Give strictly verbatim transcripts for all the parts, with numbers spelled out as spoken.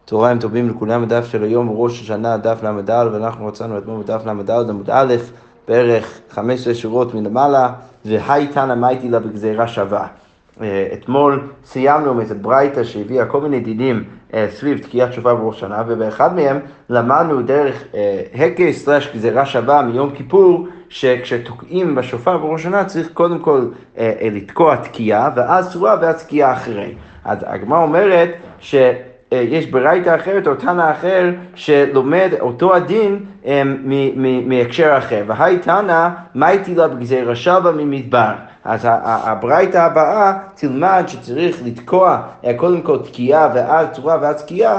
צהריים טובים לכולם, הדף של היום ראש השנה, דף למד א', ואנחנו רצינו אתמול בדף למד א', עמוד א', בערך חמש עשרה שורות מלמעלה, והי תנא מייטי לה בגזירה שווה. אתמול סיימנו את ברייתא שהביאה כל מיני דינים סביב תקיעת שופר בראש שנה, ובאחד מהם למדנו דרך הקש סלש גזירה שווה מיום כיפור, שכשתוקעים בשופר בראש שנה צריך קודם כל לתקוע תקיעה, ואז צורה ואז תקיעה אחרי. אז הגמרא אומרת ש... יש ברייתא אחרת או תנא אחר שלומד אותו הדין מהקשר אחר. והי תנא מייטי לה בגזירה שווה ממדבר. אז הברייתא הבאה תלמד שצריך לתקוע קודם כל תקיעה ואז צורה ואז תקיעה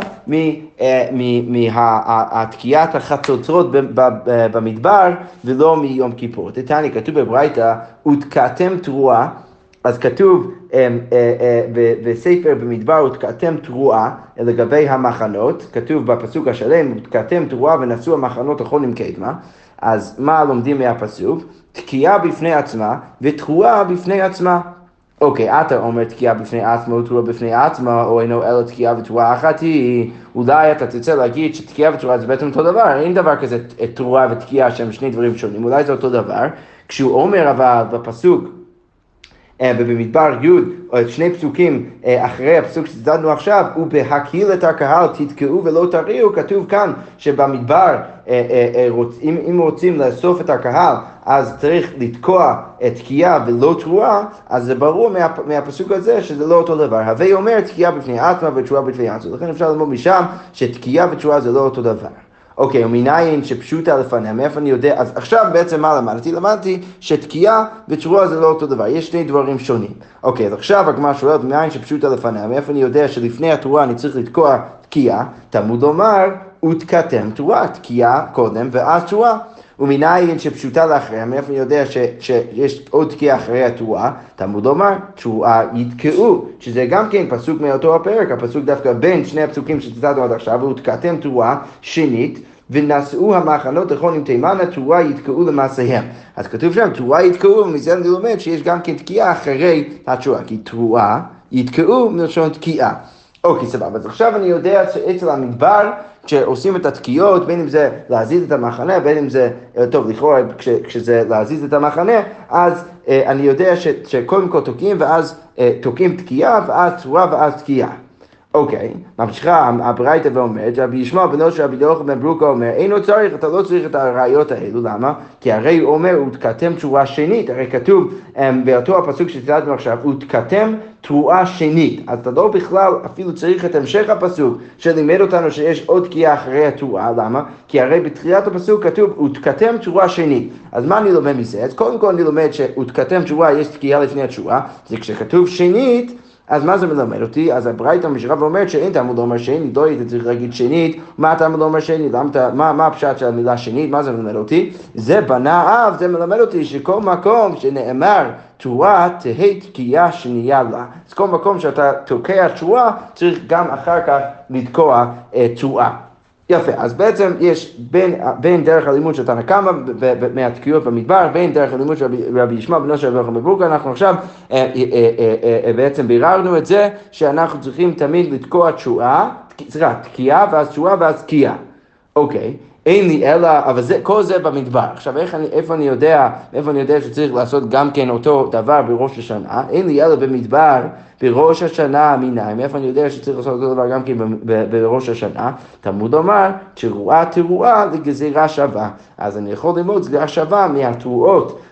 מהתקיעת החצוצרות במדבר ולא מיום כיפור. תתני, כתוב בברייתא, ותקעתם תרועה, אז כתוב בספר במדבר, ותקעתם תרועה לגבי המחנות, כתוב בפסוק השלם, ותקעתם תרועה ונשאו המחנות אחרונים קדמה. אז מה לומדים מהפסוק? תקיעה בפני עצמה ותרועה בפני עצמה. אוקיי, אתה אומר תקיעה בפני עצמה ותרועה בפני עצמה, או אינו אלא תקיעה ותרועה אחת היא, אולי אתה תרצה להגיד שתקיעה ותרועה זה בעצם אותו דבר, אין דבר כזה תרועה ותקיעה שהם שני דברים שונים, אולי זה אותו דבר. כשהוא אומר אבל בפסוק, ובמדבר י' או שני פסוקים אחרי הפסוק שצדדנו עכשיו, ובהקהיל את הקהל תתקעו ולא תריעו, כתוב כאן שבמדבר אם רוצים לאסוף את הקהל אז צריך לתקוע תקיעה ולא תרועה, אז זה ברור מהפסוק הזה שזה לא אותו דבר. הווי אומר תקיעה בפני עצמה ותרועה בפני עצמה, לכן אפשר ללמוד משם שתקיעה ותרועה זה לא אותו דבר. אוקיי, ומניין שפשוטה לפניה, מאיפה אני יודע? אז עכשיו בעצם מה למדתי? למדתי שתקיעה ותרועה זה לא אותו דבר, יש שני דברים שונים. אוקיי, אז עכשיו הגמרא שואלת, מניין שפשוטה לפניה, מאיפה אני יודע שלפני התרועה אני צריך לתקוע תקיעה? תלמוד לומר, ותקעתם תרועה, תקיעה קודם ואז תרועה. ומניין שפשוטה לאחריה, מאיפה אני יודע ש, שיש עוד תקיעה אחרי התרועה? תלמוד לומר, תרועה יתקעו, שזה גם כן פסוק מאותו הפרק, הפסוק דווקא בין שני הפסוקים שצטטנו עד עכשיו, ותקעתם תרועה שנית, ונשאו המחנות אחרונים תימנה, תרועה יתקעו למעשיהם. אז כתוב שם, תרועה יתקעו, ומזה אני לומד שיש גם כן תקיעה אחרי התרועה, כי תרועה יתקעו מלשון תקיעה. אוקיי, סבבה. אז עכשיו אני יודע שאצל המדבר, כשעושים את התקיעות, בין אם זה להזיז את המחנה, בין אם זה, טוב, לכאורה, כש, כשזה להזיז את המחנה, אז אה, אני יודע ש, שקודם כל תוקעים, ואז אה, תוקעים תקיעה, ואז צורה, ואז תקיעה. אוקיי, ממשיכה הברייתא ואומרת, רבי ישמעאל בנו של רבי יוחנן בן ברוקה אומר, אינו צריך, אתה לא צריך את הראיות האלו, למה? כי הרי הוא אומר, ותקעתם תרועה שנית, הרי כתוב באותו הפסוק שצטטנו עכשיו, ותקעתם תרועה שנית, אז אתה לא בכלל אפילו צריך את המשך הפסוק, שלימד אותנו שיש עוד תקיעה אחרי התרועה, למה? כי הרי בתחילת הפסוק כתוב, ותקעתם תרועה שנית, אז מה אני לומד מזה? אז קודם כל אני לומד שותקעתם תרועה, יש תקיעה לפני התרועה, זה כשכתוב שנית, אז מה זה מלמד אותי? אז הברייתא ממשיכה ואומרת שאין תלמוד לומר שנית, לא היית צריך להגיד שנית, מה תלמוד לומר שנית? מה, מה הפשט של המילה שנית? מה זה מלמד אותי? זה בנה אב, זה מלמד אותי שכל מקום שנאמר תרועה תהי תקיעה שנייה לה. אז כל מקום שאתה תוקע תרועה, צריך גם אחר כך לתקוע תרועה. יפה, אז בעצם יש בין, בין דרך הלימוד של תנא קמא מהתקיעות במדבר, בין דרך הלימוד של רבי ישמעאל בנו של רבי יוחנן בן ברוקה, אנחנו עכשיו אה, אה, אה, אה, בעצם ביררנו את זה שאנחנו צריכים תמיד לתקוע תשועה, סליחה, תקיעה ואז תשועה ואז תקיעה. אוקיי, אין לי אלא, אבל זה, כל זה במדבר. עכשיו, איך אני, איפה אני יודע, איפה אני יודע שצריך לעשות גם כן אותו דבר בראש השנה? אין לי אלא במדבר, בראש השנה מיניים. איפה אני יודע שצריך לעשות אותו דבר גם כן בראש השנה? תלמוד לומר, תרועה תרועה לגזירה שווה. אז אני יכול ללמוד גזירה שווה מהתרועות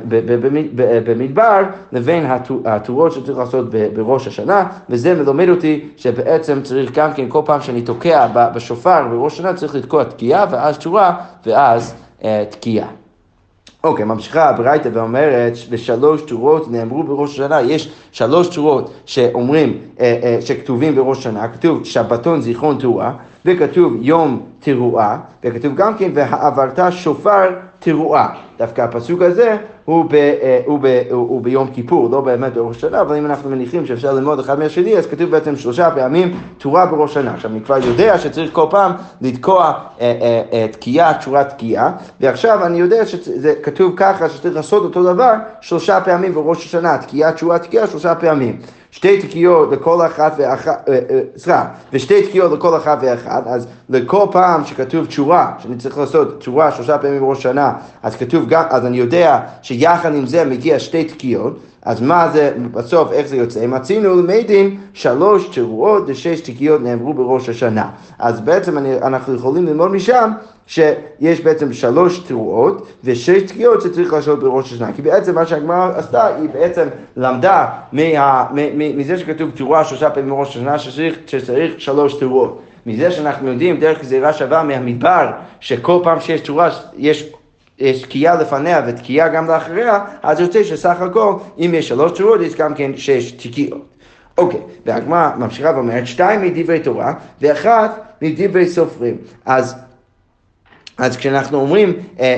במדבר לבין התרועות שצריך לעשות בראש השנה, וזה מלמד אותי שבעצם צריך גם כן כל פעם שאני תוקע בשופר בראש השנה צריך לתקוע תקיעה ואז תרועה ואז תקיעה. אוקיי, ממשיכה הברייתא ואומרת בשלוש תרועות נאמרו בראש השנה, יש שלוש תרועות שאומרים, שכתובים בראש השנה, כתוב שבתון זיכרון תרועה, וכתוב יום תרועה, וכתוב גם כן והעברת שופר תרועה. דווקא הפסוק הזה הוא, ב, הוא, ב, הוא ביום כיפור, לא באמת בראש השנה, אבל אם אנחנו מניחים שאפשר ללמוד אחד מהשני, אז כתוב בעצם שלושה פעמים תרועה בראש השנה. עכשיו אני כבר יודע שצריך כל פעם לתקוע תקיעה, תשורה תקיעה, ועכשיו אני יודע שזה כתוב ככה שצריך לעשות אותו דבר שלושה פעמים בראש השנה, תקיעה, תשורה תקיעה, שלושה פעמים. שתי תקיעות לכל אחת ואחת, סליחה, ושתי תקיעות לכל אחת ואחת, אז לכל פעם שכתוב תשורה, שאני צריך לעשות תשורה שלושה פעמים בראש שנה, אז כתוב גם, אז אני יודע שיחד עם זה מגיע שתי תקיעות, אז מה זה, בסוף, איך זה יוצא? מצינו למדים שלוש תרועות ושש תקיעות נאמרו בראש השנה. אז בעצם אני, אנחנו יכולים ללמוד משם שיש בעצם שלוש תרועות ושש תקיעות שצריך לעשות בראש השנה. כי בעצם מה שהגמרא עשתה, היא בעצם למדה מה, מזה שכתוב תרועה שלושה פעמים בראש השנה שצריך, שצריך שלוש תרועות. מזה שאנחנו יודעים דרך גזירה שווה מהמדבר, שכל פעם שיש תרועה יש יש תקיעה לפניה ותקיעה גם לאחריה, אז יוצא שסך הכל, אם יש שלוש תרועות, יש גם כן שש תקיעות. אוקיי, והגמרא ממשיכה ואומרת, שתיים מדברי תורה, ואחת מדברי סופרים. אז, אז כשאנחנו אומרים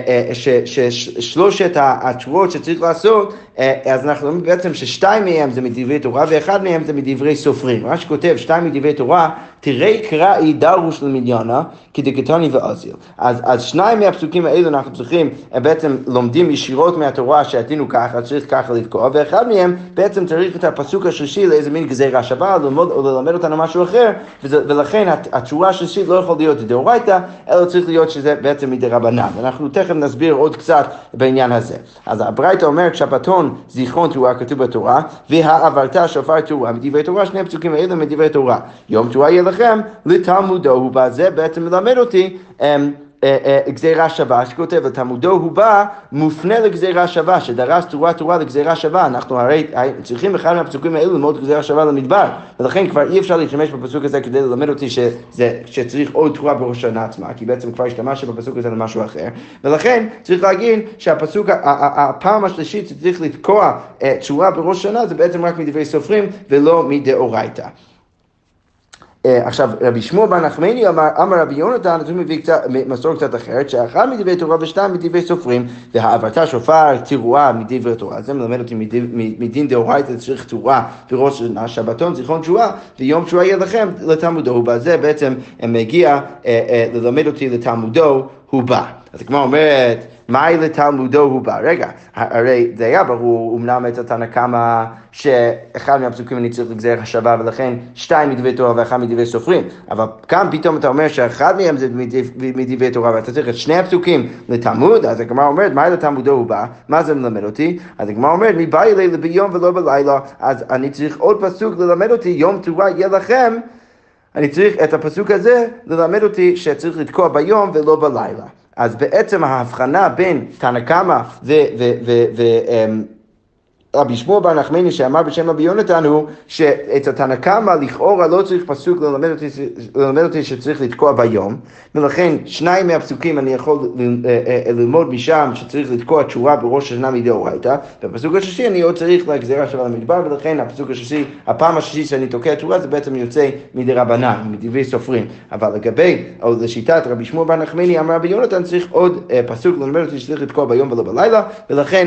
ששלושת התשורות שצריך לעשות, אז אנחנו אומרים בעצם ששתיים מהם זה מדברי תורה, ואחד מהם זה מדברי סופרים. מה שכותב, שתיים מדברי תורה, תראי קראי דרוש למדיונה, כדקטני ואזיל. אז, אז שניים מהפסוקים האלו אנחנו צריכים, בעצם לומדים ישירות מהתורה שעתינו ככה, צריך ככה לתקוע, ואחד מהם בעצם צריך את הפסוק השלישי לאיזה מין גזירה שווה, ללמוד, או ללמד אותנו משהו אחר, ולכן התשובה השלישית לא יכול להיות דאורייתא, אלא צריך להיות שזה בעצם מדרבנן. אנחנו תכף נסביר עוד קצת בעניין הזה. אז הברייתא אומרת שבתון זיכרון תרועה כתוב בתורה, והעברת שופר תרועה מדברי תורה, שני הפסוקים האלו מדברי תורה. יום תרועה יהיה לכם לתלמודו הוא בא, זה בעצם מלמד אותי גזירה שווה, שכותב לתלמודו הוא בא מופנה לגזירה שווה, שדרש תורה תורה לגזירה שווה. אנחנו הרי צריכים אחד מהפסוקים האלו ללמוד גזירה שווה למדבר, ולכן כבר אי אפשר להשתמש בפסוק הזה כדי ללמד אותי שזה, שצריך עוד תורה בראש שנה עצמה, כי בעצם כבר השתמש בפסוק הזה למשהו אחר, ולכן צריך להגיד שהפסוק, הפעם השלישית שצריך לתקוע תורה בראש שנה זה בעצם רק מדברי סופרים ולא מדאורייתא. עכשיו, רבי שמואל בר נחמני אמר, אמר רבי יונתן, אז הוא מביא קצת, מסור קצת אחרת, שאחד מדברי תורה ושתיים מדברי סופרים, והעברת שופר תרועה מדברי תורה. זה מלמד אותי מדין דאורייתא צריך תרועה בראש השנה, שבתון זיכרון תרועה, ויום תרועה יהיה לכם לתלמודו הוא בא. זה בעצם מגיע ללמד אותי לתלמודו הוא בא. אז כמו אומרת, מהי לתלמודו הוא בא? רגע, הרי זה היה ברור, אמנם את התנא קמא שאחד מהפסוקים אני צריך לגזיר השווה, ולכן שתיים מדברי תורה ואחד מדברי סופרים. אבל כאן פתאום אתה אומר שאחד מהם זה מדברי תורה, ואתה צריך את שני הפסוקים לתלמוד, אז הגמרא אומרת, מהי לתלמודו הוא בא? מה זה מלמד אותי? אז הגמרא אומרת, מי בא אלי ביום ולא בלילה? אז אני צריך עוד פסוק ללמד אותי, יום תרועה יהיה לכם, אני צריך את הפסוק הזה ללמד אותי שצריך לתקוע ביום ולא בלילה. אז בעצם ההבחנה בין תנא קמא ו... ו, ו, ו רבי שמואל בר נחמני שאמר בשם רבי יונתן הוא שאת התנא קמא לכאורה לא צריך פסוק ללמד אותי, ללמד אותי שצריך לתקוע ביום, ולכן שניים מהפסוקים אני יכול ללמוד משם שצריך לתקוע תשורה בראש השנה מדאורייתא, והפסוק השלישי אני עוד צריך לגזירה שווה למדבר, ולכן הפסוק השלישי, הפעם השלישית שאני תוקע תשורה זה בעצם יוצא מדרבנן, מדברי סופרים. אבל לגבי, או לשיטת רבי שמואל בר נחמני אמר רבי יונתן צריך עוד פסוק ללמד אותי שצריך לתקוע ביום ולא בלילה, ולכן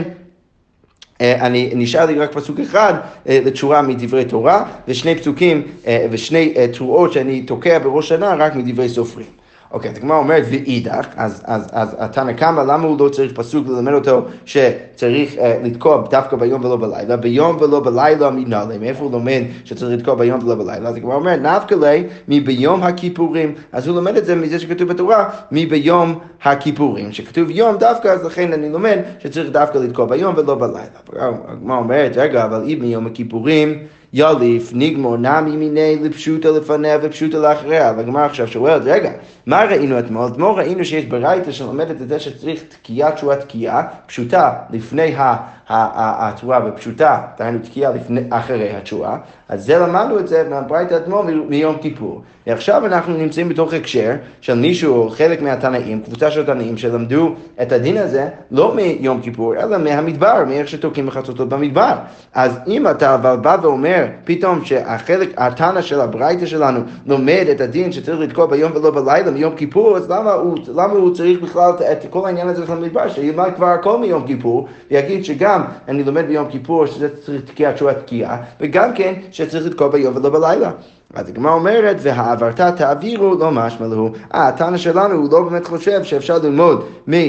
אני נשאר לי רק פסוק אחד לתשורה מדברי תורה, ושני פסוקים ושני תרועות שאני תוקע בראש שנה רק מדברי סופרים. אוקיי, אז הגמרא אומרת ואידך, אז, אז, אז התנא קמא, למה הוא לא צריך פסוק ללמד אותו שצריך אה, לתקוע דווקא ביום ולא בלילה? ביום ולא בלילה מנהלי, מאיפה הוא לומד שצריך לתקוע ביום ולא בלילה? אז הגמרא אומרת, נפקא ליה מביום הכיפורים, אז הוא לומד את זה מזה שכתוב בתורה, מביום הכיפורים, שכתוב יום דווקא, אז לכן אני לומד שצריך דווקא לתקוע ביום ולא בלילה. הגמרא אומרת, רגע, אבל אם מיום הכיפורים, יליף, נגמור, נמי מיני לפשוטה לפניה ופשוטה לאחריה. והגמרא עכשיו שואלת, רגע, מה ראינו אתמול? אתמול ראינו שיש ברייתא שלומדת את זה שצריך תקיעה תשועה תקיעה, פשוטה לפני התשועה ופשוטה, דהיינו תקיעה אחרי התשועה. אז זה למדנו את זה מהברייתא אתמול מיום כיפור. ועכשיו אנחנו נמצאים בתוך הקשר של מישהו, חלק מהתנאים, קבוצה של תנאים שלמדו את הדין הזה, לא מיום כיפור, אלא מהמדבר, מאיך שתוקים בחצוצות במדבר. אז אם אתה אבל בא ואומר, פתאום שהחלק, התנא של הברייתא שלנו לומד את הדין שצריך לתקוע ביום ולא בלילה מיום כיפור, אז למה הוא, למה הוא צריך בכלל את כל העניין הזה של המדבר, שילמד כבר הכל מיום כיפור, ויגיד שגם אני לומד ביום כיפור שזה צריך תקיעה תשועה תקיעה, וגם כן שצריך לתקוע ביום ולא בלילה. אז הגמרא אומרת, והעברת תעבירו לא משמע לו. אה, הטענה שלנו הוא לא באמת חושב שאפשר ללמוד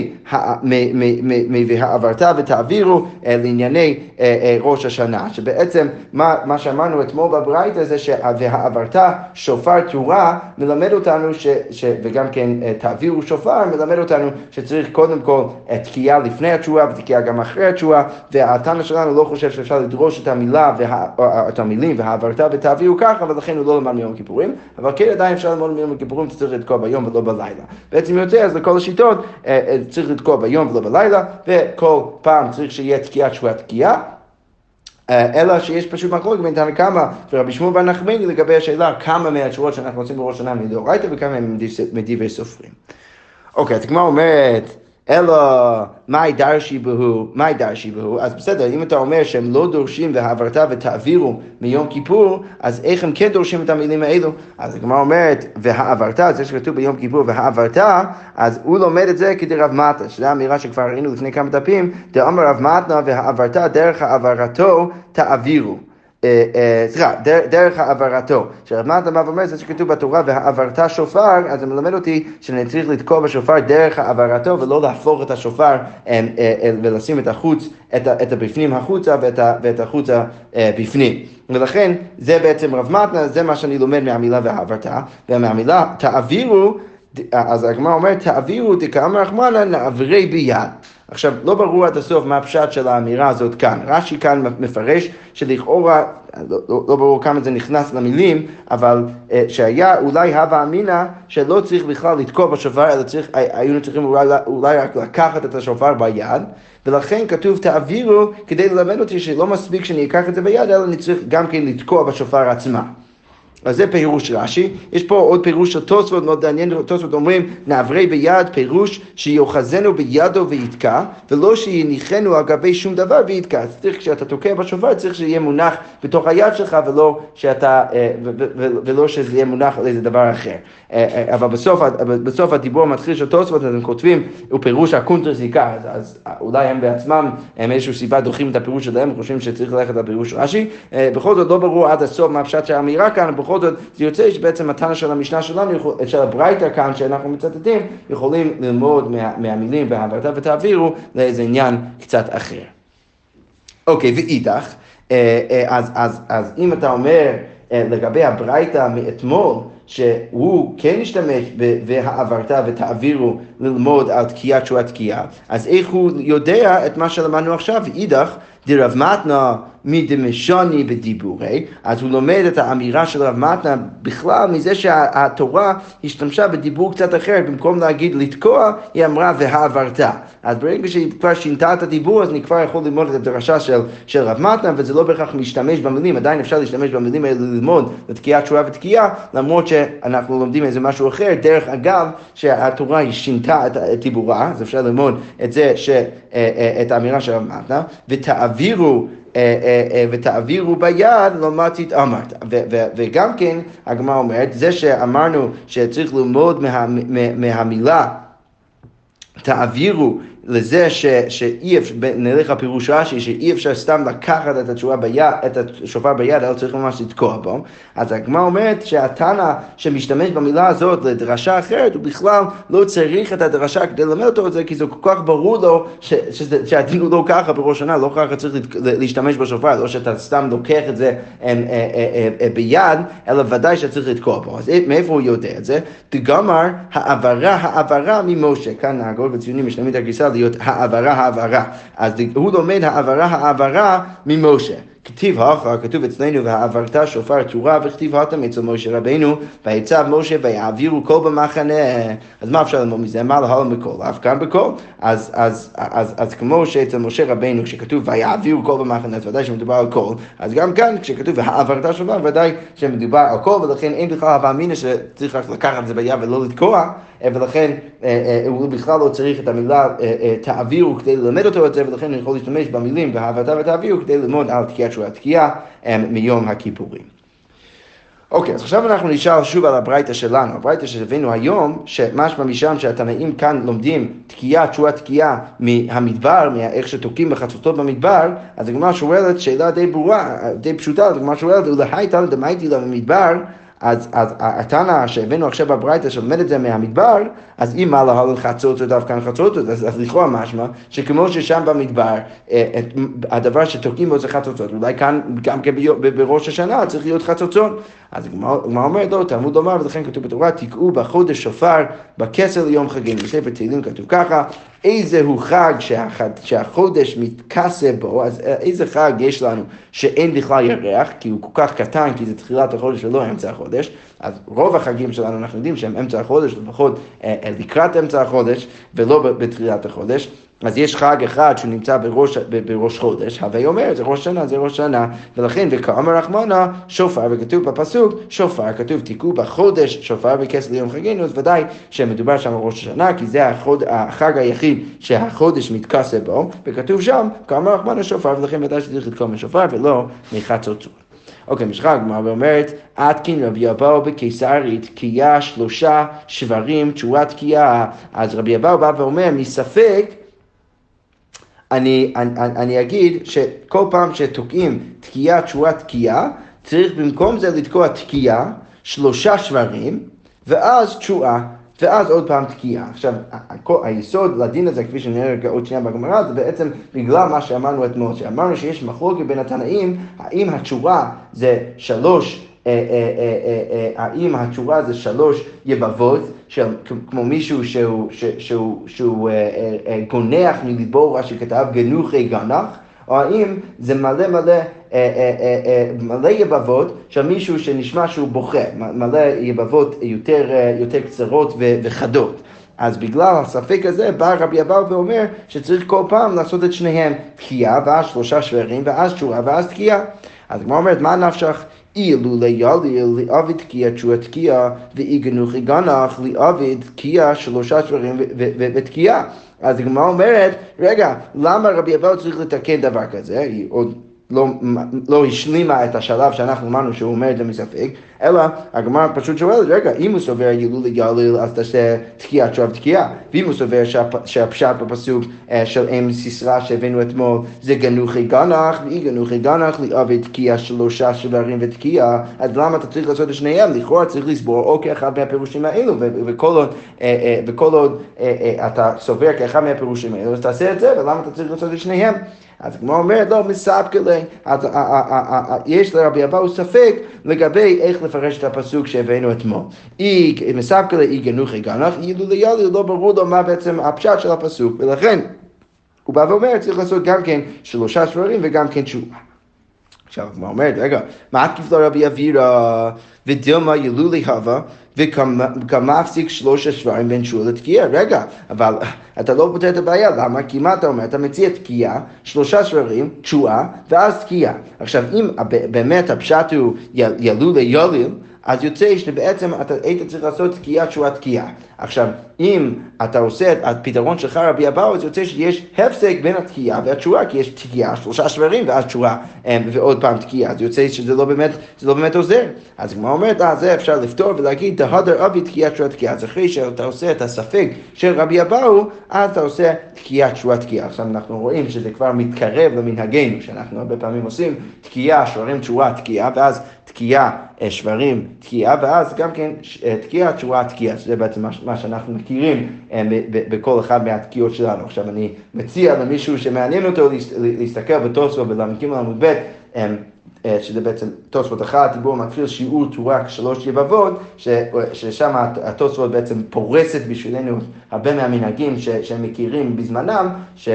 מהעברת ותעבירו לענייני ראש השנה. שבעצם מה, מה שאמרנו אתמול בברייתא זה שהעברת שופר תורה מלמד אותנו, ש, ש, וגם כן תעבירו שופר מלמד אותנו שצריך קודם כל תקיעה לפני התשועה ותקיעה גם אחרי התשועה, והטענה שלנו לא חושב שאפשר לדרוש את המילה, וה, את המילים והעברת ותעבירו ככה, ולכן הוא לא למד מיום הכיפורים, אבל כן עדיין אפשר ללמוד מיום הכיפורים, צריך לתקוע ביום ולא בלילה. בעצם יוצא, אז לכל השיטות צריך לתקוע ביום ולא בלילה, וכל פעם צריך שיהיה תקיעת שבועה תקיעה, אלא שיש פשוט מחלוקת בין תנא קמא ורבי שמואל בר נחמני לגבי השאלה כמה מהתשובות שאנחנו רוצים בראש השנה מדאורייתא וכמה מדברי סופרים. אוקיי, אז הגמרא אומרת, אלא מאי דרשי בהו, מאי דרשי בהו, אז בסדר, אם אתה אומר שהם לא דורשים והעברת ותעבירו מיום כיפור, אז איך הם כן דורשים את המילים האלו? אז הגמרא אומרת, והעברת, זה שכתוב ביום כיפור והעברת, אז הוא לומד את זה כדי רב מתנה, שזו האמירה שכבר ראינו לפני כמה דפים, דאמר רב מתנה והעברת דרך העברתו תעבירו. סליחה, דרך העברתו. שרב מתנה אומר, זה שכתוב בתורה והעברת שופר, אז זה מלמד אותי שאני צריך לתקוע בשופר דרך העברתו, ולא להפוך את השופר ולשים את החוץ, את הבפנים החוצה ואת החוץ בפנים. ולכן זה בעצם רב מתנה, זה מה שאני לומד מהמילה והעברת, ומהמילה תעבירו, אז הגמרא אומרת, תעבירו דקאמר רחמנא נעברי ביד. עכשיו, לא ברור עד הסוף מה הפשט של האמירה הזאת כאן. רש"י כאן מפרש שלכאורה, לא, לא, לא ברור כמה זה נכנס למילים, אבל שהיה אולי הווה אמינא שלא צריך בכלל לתקוע בשופר, אלא צריך, היינו צריכים אולי, אולי רק לקחת את השופר ביד, ולכן כתוב תעבירו כדי ללמד אותי שלא מספיק שאני אקח את זה ביד, אלא אני צריך גם כן לתקוע בשופר עצמה. אז זה פירוש רש"י. יש פה עוד פירוש של תוספות, מאוד מעניין, תוספות אומרים, נעברי ביד, פירוש שיוחזנו בידו ויתקע, ולא שיניחנו על גבי שום דבר ויתקע. אז צריך, כשאתה תוקע בשופר, צריך שיהיה מונח בתוך היד שלך, ולא, שאתה, ולא שזה יהיה מונח על איזה דבר אחר. אבל בסוף, בסוף הדיבור המתחיל של תוספות, אז הם כותבים, הוא פירוש הקונטרס עיקר, אז, אז אולי הם בעצמם, הם איזשהו סיבה דוחים את הפירוש שלהם, חושבים שצריך ללכת לפירוש רש"י. בכל זאת לא ברור עד הסוף מה הפשט של האמירה כאן, בכל זאת זה יוצא שבעצם התנא של המשנה שלנו, של הברייתא כאן שאנחנו מצטטים, יכולים ללמוד מה, מהמילים והעברת ותעבירו לאיזה עניין קצת אחר. אוקיי, ואיתך, אז, אז, אז אם אתה אומר לגבי הברייתא מאתמול, שהוא כן ישתמש והעברת ותעבירו ללמוד על תקיעת תשועה תקיעה, אז איך הוא יודע את מה שלמדנו עכשיו? ואידך, דרב מתנה מדמשני בדיבורי, אז הוא לומד את האמירה של רב מתנה בכלל מזה שהתורה השתמשה בדיבור קצת אחר, במקום להגיד לתקוע, היא אמרה והעברת. אז ברגע שהיא כבר שינתה את הדיבור, אז אני כבר יכול ללמוד את הדרשה של, של רב מתנה, וזה לא בהכרח משתמש במילים, עדיין אפשר להשתמש במילים האלה ללמוד לתקיעת תשועה ותקיעה, למרות שאנחנו לומדים איזה משהו אחר, דרך אגב שהתורה היא שינתה את, את דיבורה, אז אפשר ללמוד את זה, ש, את האמירה של רב מתנה, ותעבירו ותעבירו ביד לא מה תתאמרת. וגם כן הגמרא אומרת, זה שאמרנו שצריך ללמוד מה, מה, מהמילה תעבירו לזה ש, שאי אפשר, נלך הפירוש רש"י, שאי אפשר סתם לקחת את התשועה ביד, את השופר ביד, אלא צריך ממש לתקוע בו. אז הגמרא אומרת שהתנא שמשתמש במילה הזאת לדרשה אחרת, הוא בכלל לא צריך את הדרשה כדי ללמד אותו את זה, כי זה כל כך ברור לו ש, שזה, שהדין הוא לא ככה בראש שנה, לא ככה צריך להשתמש בשופר, לא שאתה סתם לוקח את זה ביד, אלא ודאי שצריך לתקוע בו. אז מאיפה הוא יודע את זה? דגמר העברה העברה ממשה, כאן נהגות וציונים משלמים את הגרסה להיות העברה העברה. אז הוא לומד העברה העברה ממשה. כתיב הכה, כתוב אצלנו והעברת שופר תורה, וכתיב התם אצל משה רבינו, ויצב משה ויעבירו קול במחנה. אז מה אפשר ללמוד מזה? מה להלן בקול? אף כאן בקול. אז, אז, אז, אז כמו שאצל משה רבינו, כשכתוב ויעבירו קול במחנה, אז ודאי שמדובר על קול. אז גם כאן, כשכתוב והעברת שופר, ודאי שמדובר על קול, ולכן אין בכלל הווה אמינא שצריך רק לקחת את זה ביד ולא לתקוע, ולכן הוא בכלל לא צריך את המילה תעבירו כדי ללמד אותו את זה, ולכן הוא יכול להשתמש במילים והעברת ותעבירו כדי ללמוד על תקיעת תשועה תקיעה מיום הכיפורים. אוקיי, אז עכשיו אנחנו נשאל שוב על הברייתא שלנו. הברייתא שהבאנו היום, שמשמע משם שהתנאים כאן לומדים תקיעה תשועה תקיעה מהמדבר, מאיך שתוקעים בחצוצות במדבר, אז הגמרא שואלת שאלה די ברורה, די פשוטה, הגמרא שואלת, ולהייתא דמייתי לה במדבר, אז, אז התנא שהבאנו עכשיו בברייתא שלומד את זה מהמדבר, אז אם מה להלל חצוצרות דווקא כאן חצוצרות, אז, אז לכאורה משמע שכמו ששם במדבר, הדבר שתוקעים בו זה חצוצרות, אולי כאן גם בראש השנה צריך להיות חצוצות. אז מה אומרת לו, תלמוד לומר, ולכן כתוב בתורה, תקעו בחודש שופר בכסר ליום חגים. בספר תהילים כתוב ככה, איזה הוא חג שהחד, שהחודש מתכסה בו, אז איזה חג יש לנו שאין בכלל ירח, כי הוא כל כך קטן, כי זה תחילת החודש ולא אמצע החודש, אז רוב החגים שלנו אנחנו יודעים שהם אמצע החודש, לפחות אה, לקראת אמצע החודש, ולא בתחילת החודש. אז יש חג אחד שהוא נמצא בראש, בראש חודש, הווי אומר, זה ראש שנה, זה ראש שנה, ולכן וכאמר רחמנה, שופר, וכתוב בפסוק, שופר, כתוב תיקעו בחודש, שופר בכסר ליום חגינו, אז ודאי שמדובר שם ראש השנה, כי זה החוד, החג היחיד שהחודש מתכסה בו, וכתוב שם, כאמר רחמנה שופר, ולכן ודאי שצריך לתקוע משופר ולא מחצוצרות. אוקיי, משחק, הגמרא ואומרת, עדכין רבי אבאו בקיסרית, תקיעה שלושה שברים, תשורת תקיעה. אז רבי אבאו בא ואומר, מספק, אני, אני, אני אגיד שכל פעם שתוקעים תקיעה, תשורת תקיעה, צריך במקום זה לתקוע תקיעה, שלושה שברים, ואז תשועה. ואז עוד פעם תקיעה. עכשיו, היסוד לדין הזה, כפי שנראה עוד שנייה בגמרא, זה בעצם בגלל מה שאמרנו אתמול, שאמרנו שיש מחלוקת בין התנאים, האם התשורה זה שלוש, האם התשורה זה שלוש יבבות, כמו מישהו שהוא, שהוא, שהוא גונח מליבו, מה שכתב גנוחי גנח, או האם זה מלא מלא, מלא יבבות של מישהו שנשמע שהוא בוכה, מלא יבבות יותר, יותר קצרות וחדות. אז בגלל הספק הזה בא רבי אבאו ואומר שצריך כל פעם לעשות את שניהם, תקיעה ואז שלושה שברים ואז תשורה ואז תקיעה. אז כמו אומרת, מה נפשך? אילו ליאליל לעביד תקיעה תשועה תקיעה ואי גנוחי גנח לעביד תקיעה שלושה שברים ותקיעה. אז הגמרא אומרת, רגע, למה רבי אבאו צריך לתקן דבר כזה? היא עוד לא, לא השלימה את השלב שאנחנו אמרנו שהוא אומר את זה מספק, אלא הגמרא פשוט שואלת, רגע, אם הוא סובר ילו לגליל, אז תעשה תקיעה, תשועה ותקיעה, ואם הוא סובר שהפשט בפסוק של אם סיסרא שהבאנו אתמול, זה גנוחי גנח, ואי גנוחי גנח, לעביד תקיעה שלושה שברים ותקיעה, אז למה אתה צריך לעשות את שניהם? לכאורה צריך לסבור או כאחד מהפירושים האלו, וכל עוד, וכל עוד אתה סובר כאחד מהפירושים האלו, אז תעשה את זה, ולמה אתה צריך לעשות את שניהם? אז כמו אומרת, לא, מספקלי, יש לרבי אבאו ספק לגבי איך לפרש את הפסוק שהבאנו אתמול. מספקלי אי גנוחי גנח, אילו ליאליל, לא ברור לו מה בעצם הפשט של הפסוק, ולכן הוא בא ואומר, צריך לעשות גם כן שלושה שברים וגם כן תשובה. עכשיו, כמו אומרת, רגע, מה תקיף לרבי אבירא ודילמה ילולי הווה, וכמה הפסיק שלושה שברים בין תשועה לתקיעה? רגע, אבל אתה לא פותר את הבעיה, למה? כי מה אתה אומר? אתה מציע תקיעה, שלושה שברים, תשועה, ואז תקיעה. עכשיו, אם באמת הפשט הוא ילולי יוליל, אז יוצא שבעצם אתה היית צריך לעשות תקיעה, תשועה, תקיעה. עכשיו, אם אתה עושה את הפתרון שלך רבי אבאו, אז יוצא שיש הפסק בין התקיעה והתשועה, כי יש תקיעה, שלושה שברים, ואז תשועה, ועוד פעם תקיעה. אז יוצא שזה לא באמת, זה לא באמת עוזר. אז כמו אומרת, אז זה אפשר לפתור ולהגיד, תהדר אבי תקיעה, תשועה, תקיעה. אז אחרי שאתה עושה את הספק של רבי אבאו, אז אתה עושה תקיעה, תשועה, תקיעה. עכשיו אנחנו רואים שזה כבר מתקרב למנהגנו, שאנחנו הרבה פעמים עושים תקיעה, שברים, תשועה, תקיעה, ואז תקיעה, שברים, תקיעה, ואז גם כן תקיעה, תשועה, תקיעה. זה בעצם מה שאנחנו מכירים בכל אחד מהתקיעות שלנו. עכשיו אני מציע למישהו שמעניין אותו להסתכל בתוספות ולמד ג' עמוד ב', שזה בעצם תוספות אחת, דיבור מתחיל שיעור תורה שלוש יבבות, ששם התוספות בעצם פורסת בשבילנו הרבה מהמנהגים שהם מכירים בזמנם,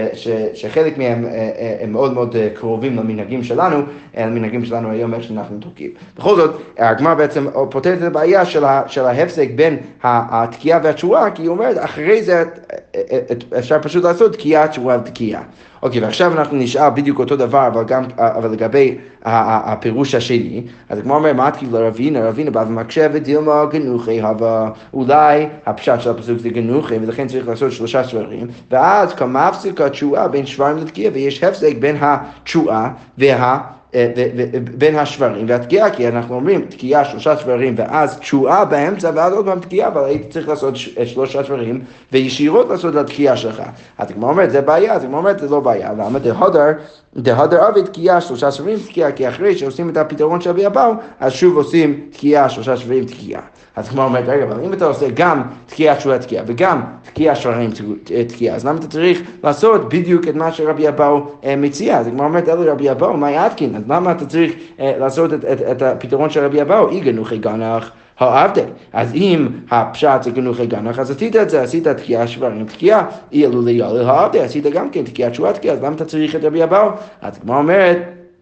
שחלק מהם הם מאוד מאוד קרובים למנהגים שלנו, המנהגים שלנו היום איך שאנחנו תוקעים. בכל זאת, הגמרא בעצם פותרת את הבעיה של ההפסק בין התקיעה והתשועה, כי היא אומרת, אחרי זה אפשר פשוט לעשות תקיעה, תשועה ותקיעה. אוקיי, ועכשיו אנחנו נשאל בדיוק אותו דבר, אבל גם, אבל לגבי הפירוש השני, אז כמו אומר, מה תקיף לרבינה? רבינה בא ומקשה ודילמה גנוחי הווה, אולי הפשט של הפסוק זה גנוחי, ולכן צריך לעשות שלושה שברים, ואז כמה הפסיקה תשועה בין שברים לתקיעה, ויש הפסק בין התשועה וה... בין השברים והתקיעה, כי אנחנו אומרים תקיעה שלושה שברים ואז תשועה באמצע ואז עוד פעם תקיעה, אבל הייתי צריך לעשות שלושה שברים וישירות לעשות לתקיעה שלך. אז כמו אומרת, זה בעיה, אז כמו אומרת, זה לא בעיה. למה? דהדר, דהדר אבי תקיעה שלושה שברים תקיעה, כי אחרי שעושים את הפתרון של רבי אבאו, אז שוב עושים תקיעה שלושה שברים תקיעה. אז כמו אומרת, רגע, אבל אם אתה עושה גם תקיעה תשועה תקיעה וגם תקיעה שברים תקיעה, אז למה אתה צריך לעשות בדיוק את מה שרבי אבאו מציע? אז כמו אומרת, אלה רבי אבאו, מה יעדכין? אז למה אתה צריך לעשות את, את, את הפתרון של רבי אבאו? אי גנוחי גנח העבדה. אז אם הפשט זה גנוחי גנח, אז עשית את זה, עשית תקיעה שברים תקיעה, אי אלו ליאלי העבדה, עשית גם כן תקיעה תשועה תקיעה, אז למה אתה צריך את רבי אבאו? אז כמו אומרת,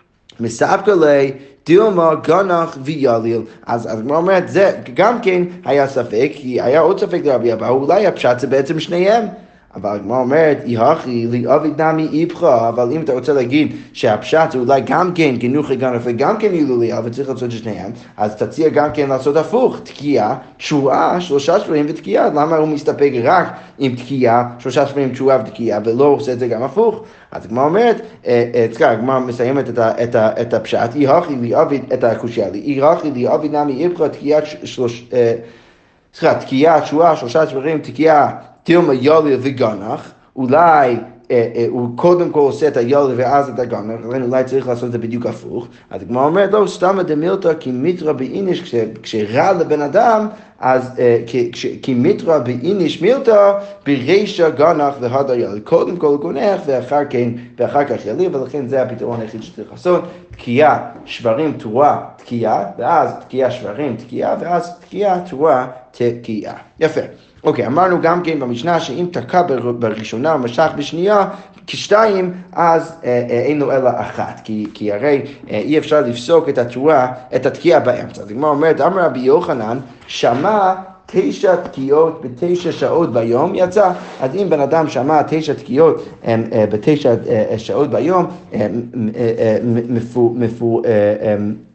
מספקה לי, דילמה, גנח ויאליל. אז, אז כמו אומרת, זה גם כן היה ספק, כי היה עוד ספק לרבי אבאו, אולי הפשט זה בעצם שניהם. אבל כמו אומרת, יחי לי אביד נמי איפך, אבל אם אתה רוצה להגיד שהפשט זה אולי גם כן גנוחי גנח וגם כן הילולי, אבל צריך לעשות שניהם, אז תציע גם כן לעשות הפוך, תקיעה, תשועה, שלושה שברים ותקיעה. למה הוא מסתפק רק עם תקיעה, שלושה שברים, תשועה ותקיעה, ולא עושה את זה גם הפוך? אז כמו אומרת, תקרא, כמו מסיימת את, את, את הפשט, יחי לי אביד, את הקושיה לי, יחי לי אביד נמי איפך, תקיעה, שלוש, סליחה, תקיעה, תשועה, שלושה שברים, תקיעה, תילמה יולי וגנח, אולי אה, אה, הוא קודם כל עושה את היולי ואז את הגנח, לכן אולי צריך לעשות את זה בדיוק הפוך. אז כמו אומרת, לא, סתמה דמילתא כי מיתרא באיניש, כש, כשרע לבן אדם, אז אה, כש, כי מיתרא באיניש מילתא, ברישא גנח והדר יולי. קודם כל גונח ואחר כן, ואחר כך יולי, ולכן זה הפתרון היחיד שצריך לעשות. תקיעה, שברים, תרועה, תקיעה, ואז תקיעה, שברים, תקיעה, ואז תקיעה, תרועה, תקיעה. יפה. אוקיי, אמרנו גם כן במשנה שאם תקע בראשונה ומשך בשנייה כשתיים, אז אה, אה, אין לו אלא אחת, כי, כי הרי אה, אי אפשר לפסוק את התרועה, את התקיעה באמצע. אז כמו אומרת, אמר רבי יוחנן, שמע תשע תקיעות בתשע שעות ביום יצא. אז אם בן אדם שמע תשע תקיעות אה, אה, בתשע אה, שעות ביום, אה, אה, אה, מפו, מפו, אה, אה,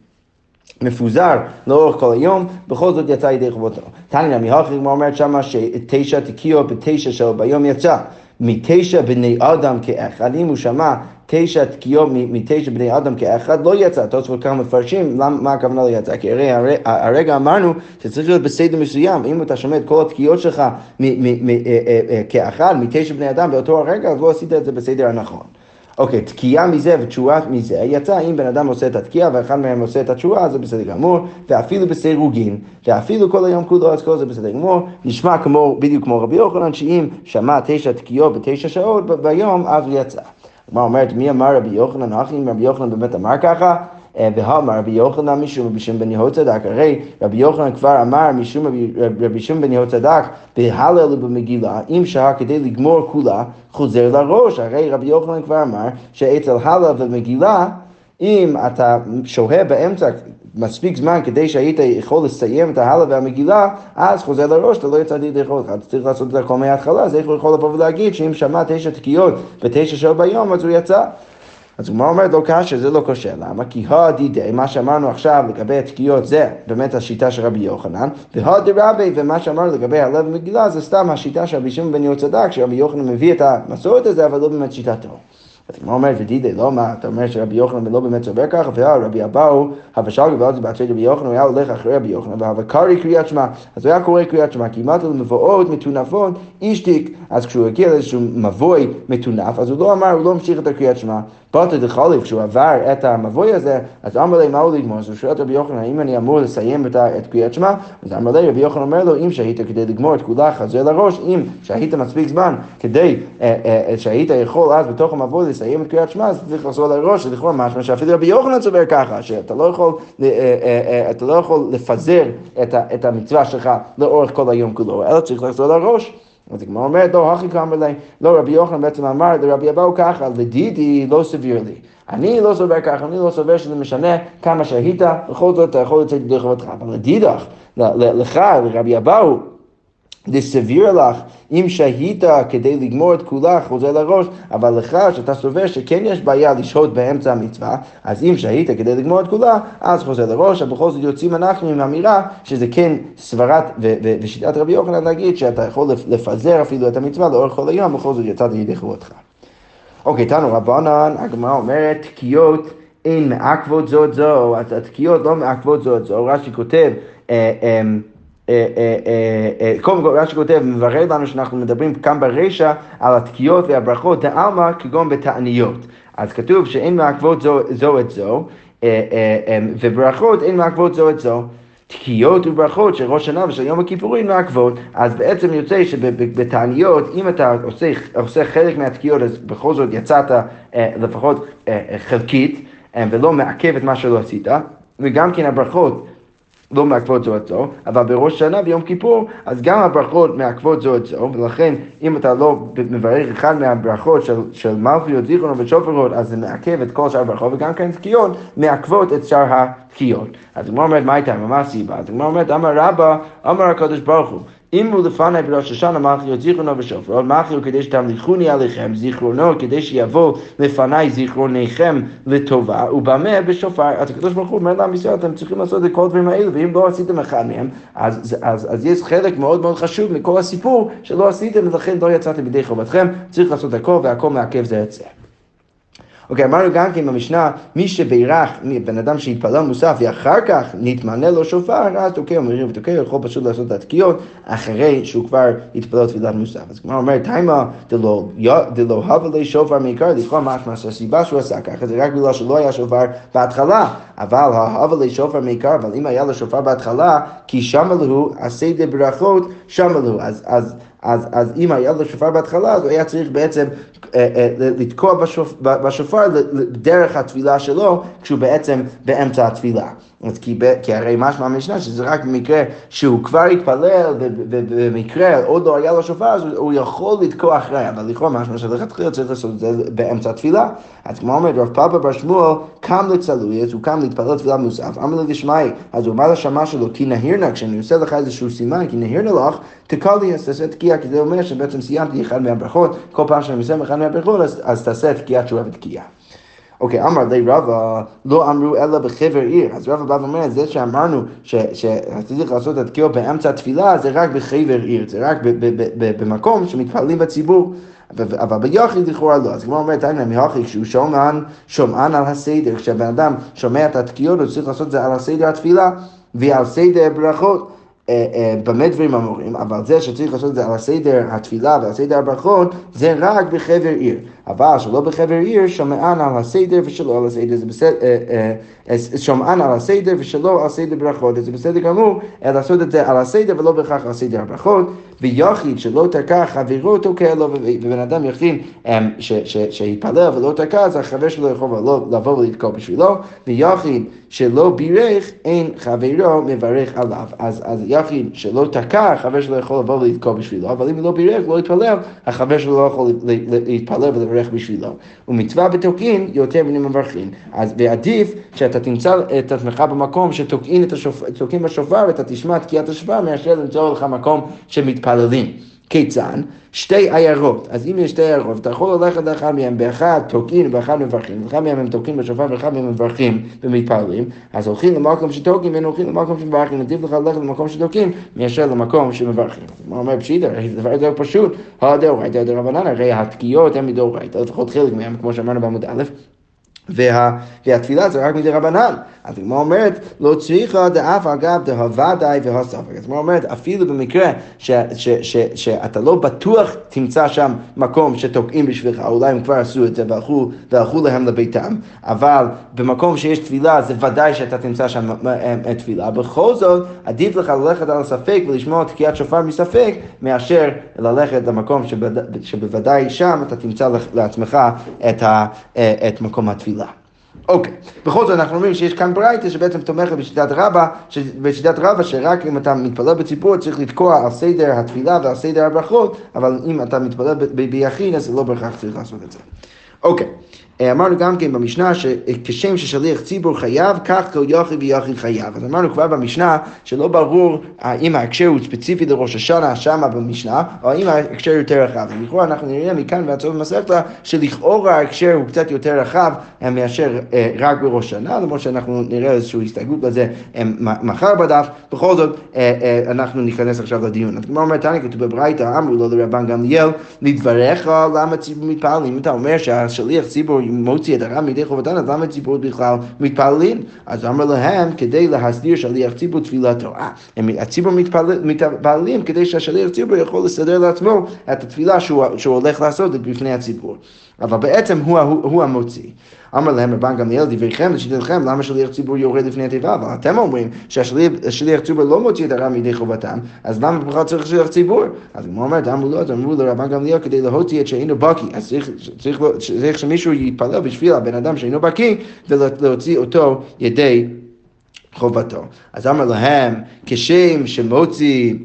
מפוזר לאורך כל היום, בכל זאת יצא ידי חובתו. תניא מהכי כמו אומרת שמה שתשע תקיעות בתשע שעות ביום יצא, מתשע בני אדם כאחד. אם הוא שמע תשע תקיעות מתשע בני אדם כאחד, לא יצא. תוספות כמה מפרשים, מה הכוונה לא יצא? כי הרי הרגע אמרנו שצריך להיות בסדר מסוים. אם אתה שומע את כל התקיעות שלך כאחד, מתשע בני אדם באותו הרגע, אז לא עשית את זה בסדר הנכון. אוקיי, תקיעה מזה ותשועה מזה, יצא אם בן אדם עושה את התקיעה ואחד מהם עושה את התשועה, זה בסדר גמור, ואפילו בסירוגין, ואפילו כל היום כולו, אז כל זה בסדר גמור, נשמע כמו, בדיוק כמו רבי יוחנן, שאם שמע תשע תקיעות בתשע שעות ביום, אז הוא יצא. מה אומרת, מי אמר רבי יוחנן? אם רבי יוחנן באמת אמר ככה, והאמר רבי יוחנן משום רבי שמעון בן יהוצדק, הרי רבי יוחנן כבר אמר משום רבי שמעון בן יהוצדק בהלל ובמגילה, אם שעה כדי לגמור כולה חוזר לראש. הרי רבי יוחנן כבר אמר שאצל הלל ומגילה, אם אתה שוהה באמצע מספיק זמן כדי שהיית יכול לסיים את ההלל והמגילה, אז חוזר לראש, אתה לא יצא ידי חובתך, אתה צריך לעשות את הכל מההתחלה. אז איך הוא יכול לבוא ולהגיד שאם שמע תשע תקיעות בתשע שעות ביום, אז הוא יצא? אז הוא אומר לא קשה, זה לא קשה. למה? כי הדידי, מה שאמרנו עכשיו לגבי התקיעות זה באמת השיטה של רבי יוחנן, והדירבי ומה שאמרנו לגבי הלב ומגילה זה סתם השיטה של רבי שמעון בן יהוצדק, שרבי יוחנן מביא את המסורת הזה, אבל לא באמת שיטתו. אז הוא אומר, ודידי, לא מה, אתה אומר שרבי יוחנן לא באמת סובר ככה, ורבי אבאו, הבשל גבלת בעצי רבי יוחנן, הוא היה הולך אחרי רבי יוחנן, והקרי קריאת שמע, אז הוא היה קורא קריאת שמע, כי אם אתה מבואות מטונפות, אישתיק, אז כשהוא הגיע לאיזשהו מבוי מטונף, אז הוא לא אמר, הוא לא המשיך את הקריאת שמע, באת דחליף, כשהוא עבר את המבוי הזה, אז אמר לי, מה הוא לגמור? אז הוא שואל את רבי יוחנן, האם אני אמור לסיים את קריאת שמע? אז אמר לי, רבי יוחנן אומר לו, אם שהיית כדי לגמור את כולה חזר לראש, אם שהיית מספיק זמן כדי שהיית יכול אז בתוך המבוי לסיים את קריאת שמע, אז צריך לחזור לראש, לכאורה משמע שאפילו רבי יוחנן סובר ככה, שאתה לא יכול, אתה לא יכול לפזר את המצווה שלך לאורך כל היום כולו, אלא צריך לחזור לראש. אז כמו אומרת, לא, הכי כאמר לי, לא, רבי יוחנן בעצם אמר, לרבי אבאו ככה, לדידי לא סביר לי. אני לא סובר ככה, אני לא סובר שזה משנה כמה שהיית, בכל זאת אתה יכול לצאת ידי חובתך, אבל לדידך, לך, לרבי אבאו, זה סביר לך, אם שהית כדי לגמור את כולה חוזר לראש, אבל לך שאתה סובר שכן יש בעיה לשהות באמצע המצווה, אז אם שהית כדי לגמור את כולה, אז חוזר לראש, אבל בכל זאת יוצאים אנחנו עם אמירה שזה כן סברת ו- ו- ושיטת רבי יוחנן להגיד שאתה יכול לפזר אפילו את המצווה לאורך כל היום, בכל זאת יצאת ידי חובתך. אוקיי, תנו רבנן, הגמרא אומרת, תקיעות אין מעכבות זו את זו, התקיעות לא מעכבות זו את זו, רש"י כותב, קודם כל רש"י כותב, מברר לנו שאנחנו מדברים כאן ברשע על התקיעות והברכות, דעלמא כגון בתעניות. אז כתוב שאין מעכבות זו, זו את זו, וברכות אין מעכבות זו את זו. תקיעות וברכות של ראש שנה ושל יום הכיפורים מעכבות, אז בעצם יוצא שבתעניות, אם אתה עושה, עושה חלק מהתקיעות, אז בכל זאת יצאת לפחות חלקית, ולא מעכב את מה שלא עשית, וגם כן הברכות לא מעכבות זו את זו, אבל בראש שנה ביום כיפור, אז גם הברכות מעכבות זו את זו, ולכן אם אתה לא מברך אחד מהברכות של, של מלכויות, זיכרונות ושופרות, אז זה מעכב את כל שאר הברכות, וגם כן תקיעות מעכבות את שאר התקיעות. אז כמו אומרת, מה הייתה? מה הסיבה? אז כמו אומרת, אמר רבא, אמר הקדוש ברוך הוא, אם הוא לפני בראש השנה מלכויות זיכרונות ושופרות, מלכויות כדי שתמליכוני עליכם, זיכרונות כדי שיבוא לפני זיכרוניכם לטובה, ובמה בשופר, אז הקדוש ברוך הוא אומר לעם ישראל, אתם צריכים לעשות את כל הדברים האלה, ואם לא עשיתם אחד מהם, אז, אז, אז יש חלק מאוד מאוד חשוב מכל הסיפור שלא עשיתם, ולכן לא יצאתם בידי חובתכם, צריך לעשות הכל, והכל מעכב זה יצא. אוקיי, אמרנו גם כן במשנה, מי שבירך, בן אדם שהתפלל מוסף ואחר כך נתמנה לו שופר, אז תוקע ומריב ותוקע, יכול פשוט לעשות את התקיעות אחרי שהוא כבר התפלל תפילת מוסף. אז כמו אומר, תימה דלא הווה לי שופר מעיקר, לכאורה משמע שהסיבה שהוא עשה ככה, זה רק בגלל שלא היה שופר בהתחלה, אבל הווה לי שופר מעיקר, אבל אם היה לו שופר בהתחלה, כי שמה לו עשה דברכות, שמה לו, אז, אז, אז, אז אם היה לו שופר בהתחלה, אז הוא היה צריך בעצם לתקוע בשופר דרך התפילה שלו, כשהוא בעצם באמצע התפילה. אז כי, כי הרי משמע המשנה שזה רק במקרה שהוא כבר התפלל, ובמקרה עוד לא היה לו שופר, אז הוא יכול לתקוע אחרי, אבל לכאורה משמע שלכתחילה צריך לעשות את זה באמצע התפילה. אז כמו אומר, רב פאפא בר שמואל קם לצלוי, אז הוא קם להתפלל תפילת מוסף, אמר לו לשמעי, אז הוא אמר לשמה שלו, כי נהירנה, כשאני עושה לך איזשהו סימן, כי נהירנה לך, תקל לי, אז תעשה תקיעה, כי זה אומר שבעצם סיימתי אחד מהברכות, כל פעם שאני מסיים אחד מהברכות, אז, אז תעשה תקיעת תשובה ותקיעה. אוקיי, אמר לי רבא, לא אמרו אלא בחבר עיר. אז רבא בא ואומר, זה שאמרנו שצריך לעשות את התקיעות באמצע התפילה, זה רק בחבר עיר, זה רק במקום שמתפללים בציבור. אבל ביחיד לכאורה לא. אז כמו אומרת, אין להם יחיד, כשהוא שומען, שומען על הסדר, כשהבן אדם שומע את התקיעות, הוא צריך לעשות את זה על הסדר התפילה, ועל סדר ברכות. במה דברים אמורים, אבל זה שצריך לעשות את זה על הסדר התפילה ועל הסדר הברכות, זה רק בחבר עיר. אבל שלא בחבר עיר, שומען על הסדר ושלא על הסדר, זה בסדר, שומען על הסדר ושלא על הסדר ברכות, זה בסדר גמור, לעשות את זה על הסדר ולא בהכרח על סדר הברכות, ויחיד שלא תקע חברו תוקע לו, ובן אדם יחיד שהתפלל ולא תקע, אז החבר שלו יכול לבוא ולתקוע בשבילו, ויחיד שלא בירך, אין חברו מברך עליו. אז, אז יחיד שלא תקע, החבר שלו יכול לבוא ולתקוע בשבילו, אבל אם לא בירך, לא יתפלל, החבר שלו לא יכול להתפלל ולברך בשבילו. ומצווה בתוקעין יותר מן המברכים. אז ועדיף שאתה תמצא את עצמך במקום שתוקעין את השופר, תוקעים בשופר ואתה תשמע תקיעת השופר, מאשר למצוא לך מקום שמתפללים. כיצן? שתי עיירות. אז אם יש שתי עיירות, אתה יכול ללכת לאחד מהם, באחד תוקעים ובאחד מברכים, באחד מהם הם תוקעים בשופר ובאחד מהם מברכים ומתפללים, אז הולכים למקום שתוקעים והם הולכים למקום שמברכים, עדיף לך ללכת למקום שתוקעים, מאשר למקום שמברכים. מה אומר פשיטא? דבר יותר פשוט, הדאורייתא דרבנן, הרי התקיעות הן מדאורייתא, לפחות חלק מהם, כמו שאמרנו בעמוד א', וה, והתפילה זה רק מדי רבנן. אז כמו אומרת, לא צריכה דאף אגב דהוודאי והספק. אז כמו אומרת, אפילו במקרה ש, ש, ש, שאתה לא בטוח תמצא שם מקום שתוקעים בשבילך, אולי הם כבר עשו את זה והלכו, והלכו להם לביתם, אבל במקום שיש תפילה זה ודאי שאתה תמצא שם תפילה. בכל זאת, עדיף לך ללכת על הספק ולשמוע תקיעת שופר מספק, מאשר ללכת למקום שבד... שבוודאי שם אתה תמצא לעצמך את, ה... את מקום התפילה. אוקיי, בכל זאת אנחנו אומרים שיש כאן ברייתא שבעצם תומכת בשיטת רבא, בשיטת רבא שרק אם אתה מתפלל בציבור צריך לתקוע על סדר התפילה ועל סדר הברכות, אבל אם אתה מתפלל ביחיד אז לא בהכרח צריך לעשות את זה. אוקיי, אמרנו גם כן במשנה שכשם ששליח ציבור חייב, כך כל יחיד ויחיד חייב. אז אמרנו כבר במשנה שלא ברור אם ההקשר הוא ספציפי לראש השנה שמה במשנה, או אם ההקשר יותר רחב. לכאורה אנחנו נראה מכאן ועד סוף המסכתא שלכאורה ההקשר הוא קצת יותר רחב מאשר רק בראש השנה, למרות שאנחנו נראה איזושהי הסתייגות לזה מחר בדף. בכל זאת אנחנו ניכנס עכשיו לדיון. אז כמו אומר תניא, כתוב בברייתא, אמרו לו לרבן גמליאל, לדבריך למה ציבור מתפללים? אתה אומר שהשליח ציבור מוציא את הרב מידי חובתן, אז למה ציבור בכלל מתפללים? אז אמר להם, כדי להסדיר שליח ציבור תפילתו. הציבור מתפללים כדי שהשליח ציבור יכול לסדר לעצמו את התפילה שהוא, שהוא הולך לעשות בפני הציבור. אבל בעצם הוא, הוא, הוא המוציא. אמר להם רבן גמליאל, דבריכם, לשיטתכם, למה שליח ציבור יורד לפני התיבה? אבל אתם אומרים שהשליח ציבור לא מוציא את הרב מידי חובתם, אז למה בכלל צריך שליח ציבור? אז הוא אומר, אמרו לא, אמרו לרבן גמליאל כדי להוציא את שאינו בקי, אז צריך, צריך, צריך שמישהו יתפלל בשביל הבן אדם שאינו בקי, ולהוציא אותו ידי חובתו. אז אמר להם, כשם שמוציא,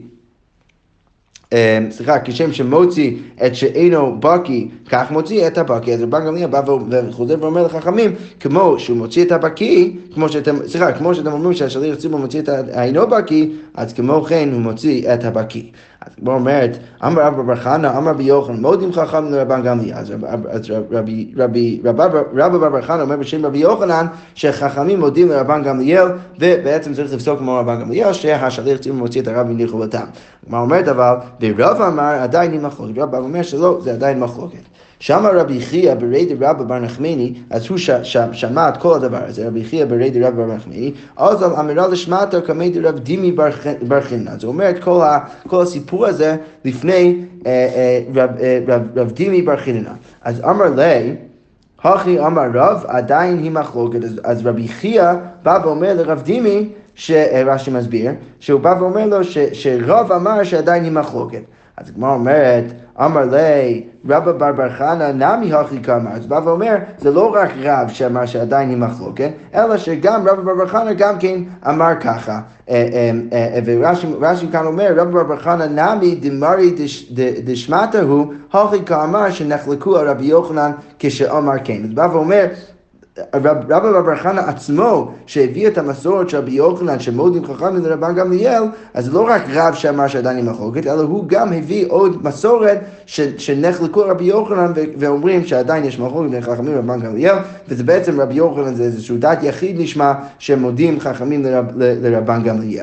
סליחה, כשם שמוציא את שאינו בקי, כך מוציא את הבקי. אז רבן גמליאל בא וחוזר ואומר לחכמים, כמו שהוא מוציא את הבקי, כמו שאתם, סליחה, כמו שאתם אומרים שהשליח ציבור מוציא את האינו בקי, אז כמו כן הוא מוציא את הבקי. אז כמו אומרת, אמר רבא בר חנא, אמר רבי יוחנן, מודים חכם לרבן גמליאל. אז רבי רבא בר חנא אומר בשם רבי יוחנן, שחכמים מודים לרבן גמליאל, ובעצם צריך לפסוק כמו רבן גמליאל, שהשליח ציבור מוציא את הרב מידי חובתם. מה אומרת אבל, ורב אמר עדיין היא מחלוקת, רב אומר שלא, זה עדיין מחלוקת. שמה רבי חייא ברי דרבא בר נחמני, אז הוא ש, ש, שמע את כל הדבר הזה, רבי חייא ברי דרבא בר נחמני, אז על אמירה לשמעתו כמי דרב דימי בר חיננה. אז הוא אומר את כל, ה, כל הסיפור הזה לפני אה, אה, רב, אה, רב, רב דימי בר חיננה. אז אמר לי, הכי אמר רב, עדיין היא מחלוקת. אז, אז רבי חייא בא ואומר לרב דימי, שרש"י מסביר, שהוא בא ואומר לו ש, שרב אמר שעדיין היא מחלוקת. אז הגמרא אומרת, אמר לי, רבא בר בר חנא נמי הכי כאמר. אז בא ואומר, זה לא רק רב שאמר שעדיין היא מחלוקת, אלא שגם רבא בר בר חנא גם כן אמר ככה. ורש"י כאן אומר, רבא בר בר חנא נמי דמרי דשמטה הוא, הכי כאמר שנחלקו על רבי יוחנן כשאמר כן. אז בא ואומר, רבא בר בר חנא עצמו שהביא את המסורת של רבי יוחנן שמודים חכמים לרבן גמליאל, אז זה לא רק רב שאמר שעדיין היא מחלוקת, אלא הוא גם הביא עוד מסורת שנחלקו רבי יוחנן ואומרים שעדיין יש מחלוקת בין חכמים לרבן גמליאל, וזה בעצם רבי יוחנן זה איזשהו דת יחיד נשמע שמודים חכמים לרב, לרבן גמליאל.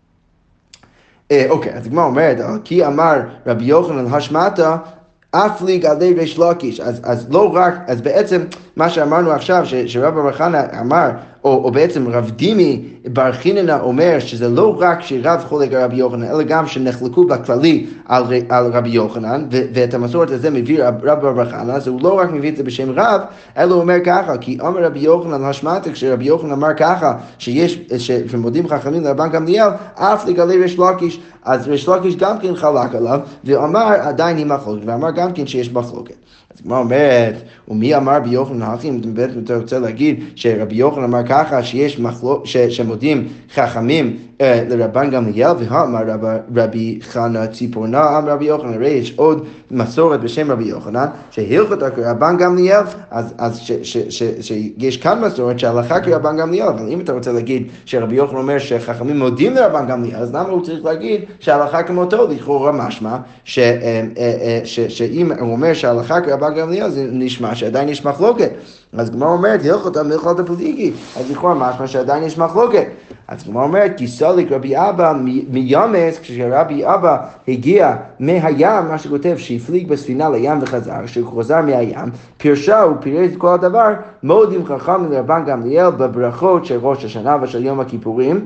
אוקיי, אז הגמרא אומרת, כי אמר רבי יוחנן השמעתה אפליג עלי ריש לקיש, אז, אז לא רק, אז בעצם מה שאמרנו עכשיו, ש, שרבא בר חנא אמר, או, או בעצם רב דימי בר חיננה אומר, שזה לא רק שרב חולק על רבי יוחנן, אלא גם שנחלקו בכללי על, על רבי יוחנן, ו, ואת המסורת הזה מביא רבא בר חנא, אז הוא לא רק מביא את זה בשם רב, אלא הוא אומר ככה, כי אמר רבי יוחנן השמעתה, כשרבי יוחנן אמר ככה, שיש, שמודים חכמים לרבן גמליאל, אפליג עלי ריש לקיש, אז ריש לקיש גם כן חלק עליו, ואמר עדיין היא מחלוקת, ואמר גם כן שיש מחלוקת. אז כמו אומרת, ומי אמר רבי יוחנן האחים, אתה רוצה להגיד שרבי יוחנן אמר ככה, שיש מחלוקת, שמודים חכמים אה, לרבן גמליאל, ואמר רבי חנא ציפורנה, אמר רבי יוחנן, הרי יש עוד מסורת בשם רבי יוחנן, שהלכות רבן גמליאל, אז, אז ש, ש, ש, ש, שיש כאן מסורת שהלכה כרבן גמליאל, אבל אם אתה רוצה להגיד שרבי יוחנן אומר שחכמים מודים לרבן גמליאל, אז למה הוא צריך להגיד שההלכה כמותו, לכאורה משמע, ש, אה, אה, ש, שאם הוא אומר שההלכה כרבן גמליאל, זה נשמע שעדיין יש מחלוקת. אז גמרא אומרת, הלכות המלכות הפליגי, אז לכאורה משמע שעדיין יש מחלוקת. אז גמרא אומרת, כי סליק רבי אבא מיומס, כשרבי אבא הגיע מהים, מה שכותב שהפליג בספינה לים וחזר, כשהוא חוזר מהים, פירשה הוא פירש את כל הדבר, מודים חכמים לרבן גמליאל בברכות של ראש השנה ושל יום הכיפורים,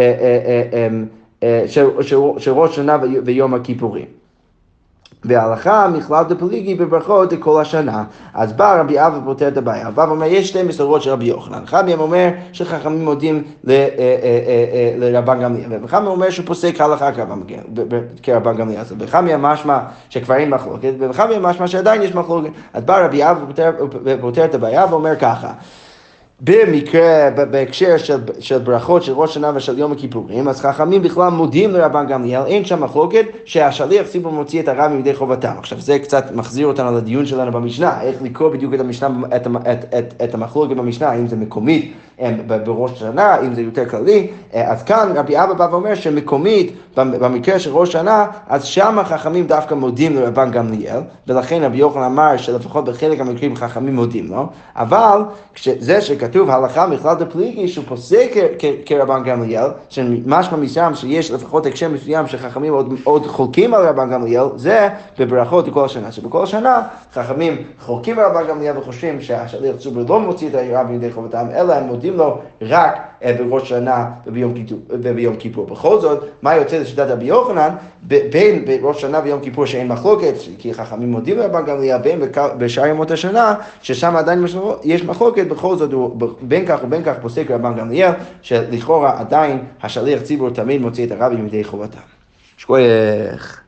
של ראש השנה ויום הכיפורים. וההלכה מכלל דפליגי בברכות כל השנה. אז בא רבי אבא פותר את הבעיה. בא ואומר, יש שתי מסורות של רבי יוחנן. אחד מהם אומר שחכמים מודים לרבן גמליאל, ואחד מהם אומר שהוא פוסק הלכה כרבן גמליאל. ואחד מהם משמע שכבר אין מחלוקת, ואחד מהם משמע שעדיין יש מחלוקת. אז בא רבי אבא פותר את הבעיה ואומר ככה, במקרה, בהקשר של, של ברכות של ראש שנה ושל יום הכיפורים, אז חכמים בכלל מודים לרבן גמליאל, אין שם מחלוקת שהשליח ציבור מוציא את הרב מידי חובתם. עכשיו זה קצת מחזיר אותנו לדיון שלנו במשנה, איך לקרוא בדיוק את המשנה, את, את, את, את המחלוקת במשנה, אם זה מקומית בראש שנה, אם זה יותר כללי. אז כאן רבי אבא בא ואומר שמקומית, במקרה של ראש שנה, אז שם החכמים דווקא מודים לרבן גמליאל, ולכן רבי יוחנן אמר שלפחות בחלק המקרים חכמים מודים לו, אבל זה שכתוב שכתוב הלכה מכלל דפליגי, שהוא פוסק כרבן גמליאל, שמשמע מסוים שיש לפחות הקשר מסוים שחכמים עוד, עוד חולקים על רבן גמליאל, זה בברכות לכל שנה. שבכל שנה חכמים חולקים על רבן גמליאל וחושבים שהשליח ציבור לא מוציא את הרב מידי חובתם, אלא הם מודים לו רק בראש שנה וביום כיפור. וביום כיפור. בכל זאת, מה יוצא לשיטת רבי יוחנן, בין בראש שנה ויום כיפור שאין מחלוקת, כי חכמים מודים לרבן גמליאל, בין בשאר ימות השנה, ששם עדיין יש מחלוקת, בכל זאת, בין כך ובין כך פוסק רבן גמליאל, שלכאורה עדיין השליח ציבור תמיד מוציא את הרבי מידי חובתם. שכוייך.